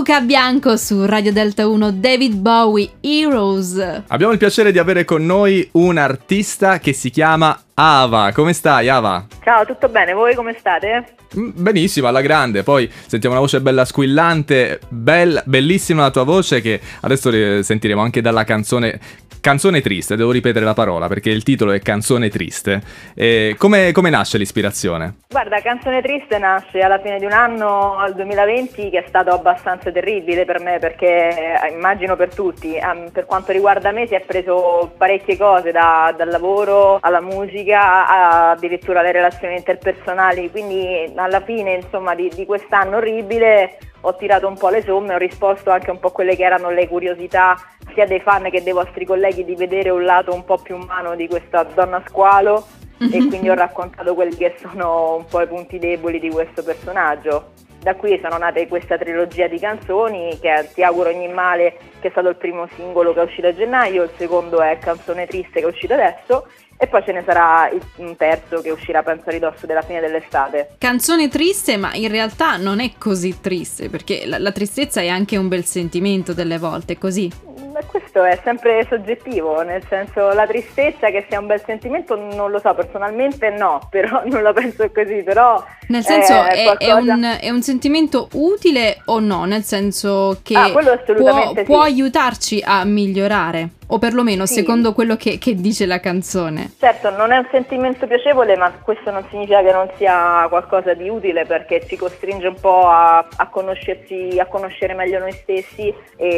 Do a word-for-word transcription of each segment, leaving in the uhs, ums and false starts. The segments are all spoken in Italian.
Luca Bianco su Radio Delta uno, David Bowie, Heroes. Abbiamo il piacere di avere con noi un artista che si chiama Ava. Come stai, Ava? Ciao, tutto bene? Voi come state? Benissimo, alla grande. Poi sentiamo una voce bella squillante, bella, bellissima la tua voce, che adesso sentiremo anche dalla canzone Canzone triste. Devo ripetere la parola perché il titolo è Canzone triste. E come, come nasce l'ispirazione? Guarda, Canzone triste nasce alla fine di un anno, al duemilaventi, che è stato abbastanza terribile per me, perché eh, immagino per tutti. Um, per quanto riguarda me si è preso parecchie cose, da, dal lavoro alla musica, a, addirittura alle relazioni interpersonali, quindi alla fine, insomma, di, di quest'anno orribile ho tirato un po' le somme, ho risposto anche un po' a quelle che erano le curiosità sia dei fan che dei vostri colleghi di vedere un lato un po' più umano di questa donna squalo, mm-hmm. e quindi ho raccontato quelli che sono un po' i punti deboli di questo personaggio. Da qui sono nate questa trilogia di canzoni che Ti auguro ogni male, che è stato il primo singolo che è uscito a gennaio, il secondo è Canzone triste, che è uscito adesso, e poi ce ne sarà un terzo che uscirà penso a ridosso della fine dell'estate. Canzone triste, ma in realtà non è così triste, perché la, la tristezza è anche un bel sentimento delle volte, così. Ma questo è sempre soggettivo, nel senso, la tristezza che sia un bel sentimento non lo so, personalmente no, però non la penso così, però nel senso è, è, è, un, è un sentimento utile o no? Nel senso che ah, quello assolutamente può, può sì. aiutarci a migliorare, o perlomeno sì. secondo quello che, che dice la canzone. Certo, non è un sentimento piacevole, ma questo non significa che non sia qualcosa di utile, perché ci costringe un po' a, a conoscerci, a conoscere meglio noi stessi,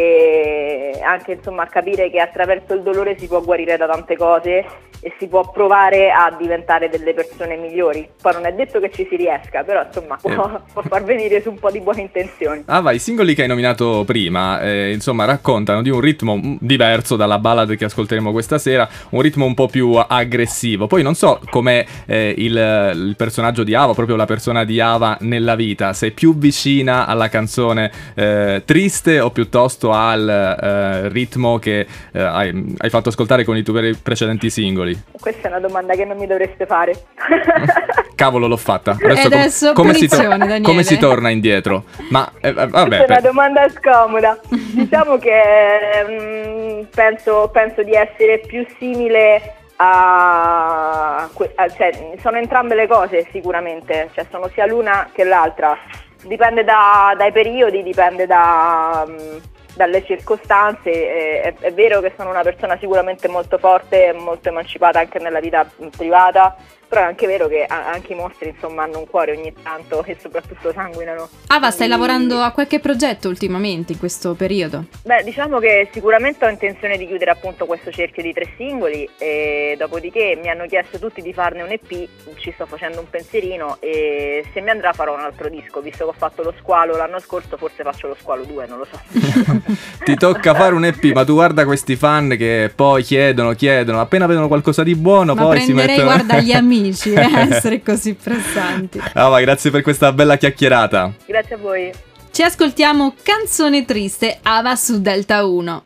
e anche insomma a capire che attraverso il dolore si può guarire da tante cose e si può provare a diventare delle persone migliori. Poi non è detto che ci si riesca, però insomma può, eh. può far venire su un po' di buone intenzioni. Ah, vai, i singoli che hai nominato prima, eh, insomma, raccontano di un ritmo diverso dalla ballad che ascolteremo questa sera, un ritmo un po' più aggressivo. Poi non so com'è eh, il, il personaggio di Ava, proprio la persona di Ava nella vita, se è più vicina alla canzone eh, triste o piuttosto al eh, ritmo che eh, hai, hai fatto ascoltare con i tuoi precedenti singoli. Questa è una domanda che non mi dovreste fare. Cavolo, l'ho fatta. Adesso, adesso com- come, si to- Daniele. come si torna indietro? Ma eh, vabbè, questa è una domanda scomoda. Diciamo che mh, penso, penso di essere più simile a, a cioè, sono entrambe le cose sicuramente, cioè sono sia l'una che l'altra. Dipende da, dai periodi, dipende da mh, dalle circostanze. È, è vero che sono una persona sicuramente molto forte e molto emancipata anche nella vita privata, però è anche vero che anche i mostri insomma hanno un cuore ogni tanto e soprattutto sanguinano. Ava, stai Quindi... lavorando a qualche progetto ultimamente in questo periodo? Beh, diciamo che sicuramente ho intenzione di chiudere appunto questo cerchio di tre singoli, e dopodiché mi hanno chiesto tutti di farne un E P, ci sto facendo un pensierino e se mi andrà farò un altro disco, visto che ho fatto lo squalo l'anno scorso, forse faccio lo squalo due, non lo so. Ti tocca fare un E P, ma tu guarda questi fan che poi chiedono, chiedono, appena vedono qualcosa di buono ma poi si mettono... Ma guarda gli amici, eh, essere così pressanti. Ah, va, grazie per questa bella chiacchierata. Grazie a voi. Ci ascoltiamo Canzone triste, Ava su Delta uno.